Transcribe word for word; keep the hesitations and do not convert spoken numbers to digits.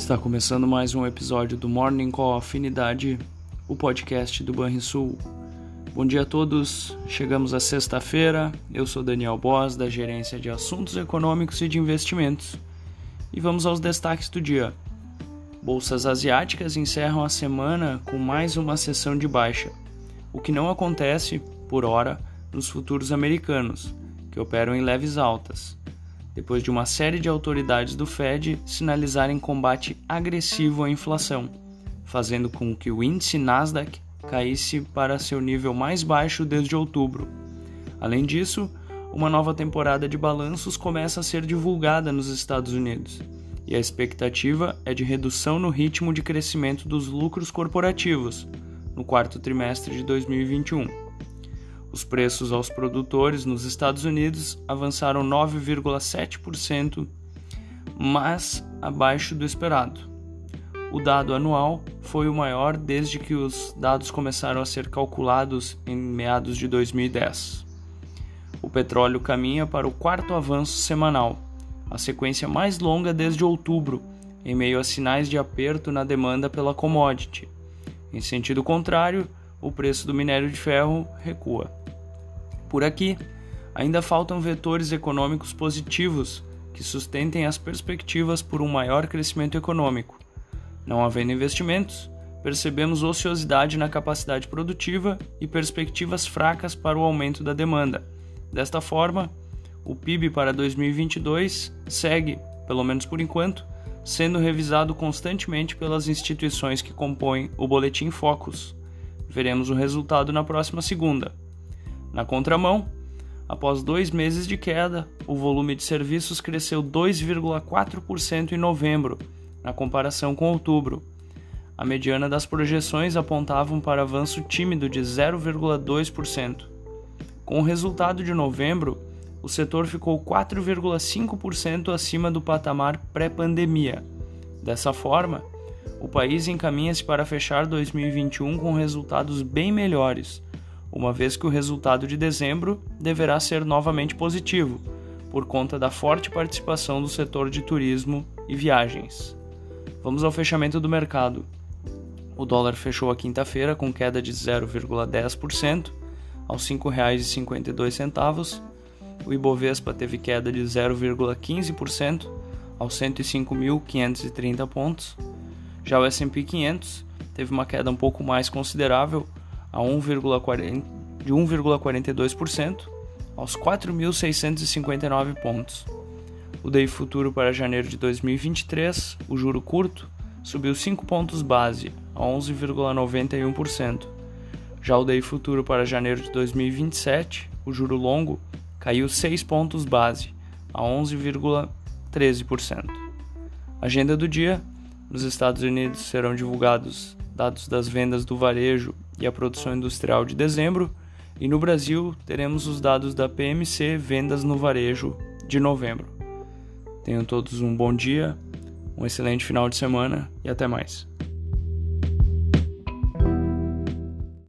Está começando mais um episódio do Morning Call Afinidade, o podcast do Banrisul. Bom dia a todos, chegamos à sexta-feira, eu sou Daniel Boas, da Gerência de Assuntos Econômicos e de Investimentos, e vamos aos destaques do dia. Bolsas asiáticas encerram a semana com mais uma sessão de baixa, o que não acontece, por hora, nos futuros americanos, que operam em leves altas, depois de uma série de autoridades do Fed sinalizarem combate agressivo à inflação, fazendo com que o índice Nasdaq caísse para seu nível mais baixo desde outubro. Além disso, uma nova temporada de balanços começa a ser divulgada nos Estados Unidos, e a expectativa é de redução no ritmo de crescimento dos lucros corporativos no quarto trimestre de dois mil e vinte e um. Os preços aos produtores nos Estados Unidos avançaram nove vírgula sete por cento, mas abaixo do esperado. O dado anual foi o maior desde que os dados começaram a ser calculados em meados de dois mil e dez. O petróleo caminha para o quarto avanço semanal, a sequência mais longa desde outubro, em meio a sinais de aperto na demanda pela commodity. Em sentido contrário, o preço do minério de ferro recua. Por aqui, ainda faltam vetores econômicos positivos que sustentem as perspectivas por um maior crescimento econômico. Não havendo investimentos, percebemos ociosidade na capacidade produtiva e perspectivas fracas para o aumento da demanda. Desta forma, o P I B para dois mil e vinte e dois segue, pelo menos por enquanto, sendo revisado constantemente pelas instituições que compõem o Boletim Focus. Veremos o resultado na próxima segunda. Na contramão, após dois meses de queda, o volume de serviços cresceu dois vírgula quatro por cento em novembro, na comparação com outubro. A mediana das projeções apontavam para avanço tímido de zero vírgula dois por cento. Com o resultado de novembro, o setor ficou quatro vírgula cinco por cento acima do patamar pré-pandemia. Dessa forma, o país encaminha-se para fechar dois mil e vinte e um com resultados bem melhores, uma vez que o resultado de dezembro deverá ser novamente positivo, por conta da forte participação do setor de turismo e viagens. Vamos ao fechamento do mercado. O dólar fechou a quinta-feira com queda de zero vírgula dez por cento, aos cinco reais e cinquenta e dois centavos. O Ibovespa teve queda de zero vírgula quinze por cento, aos cento e cinco mil quinhentos e trinta pontos. Já o S and P quinhentos teve uma queda um pouco mais considerável, a um vírgula quarenta, de um vírgula quarenta e dois por cento, aos quatro mil seiscentos e cinquenta e nove pontos. O D I futuro para janeiro de dois mil e vinte e três, o juro curto, subiu cinco pontos base, a onze vírgula noventa e um por cento. Já o D I futuro para janeiro de dois mil e vinte e sete, o juro longo, caiu seis pontos base, a onze vírgula treze por cento. Agenda do dia: nos Estados Unidos serão divulgados dados das vendas do varejo e a produção industrial de dezembro, e no Brasil teremos os dados da P M C Vendas no Varejo de novembro. Tenham todos um bom dia, um excelente final de semana e até mais.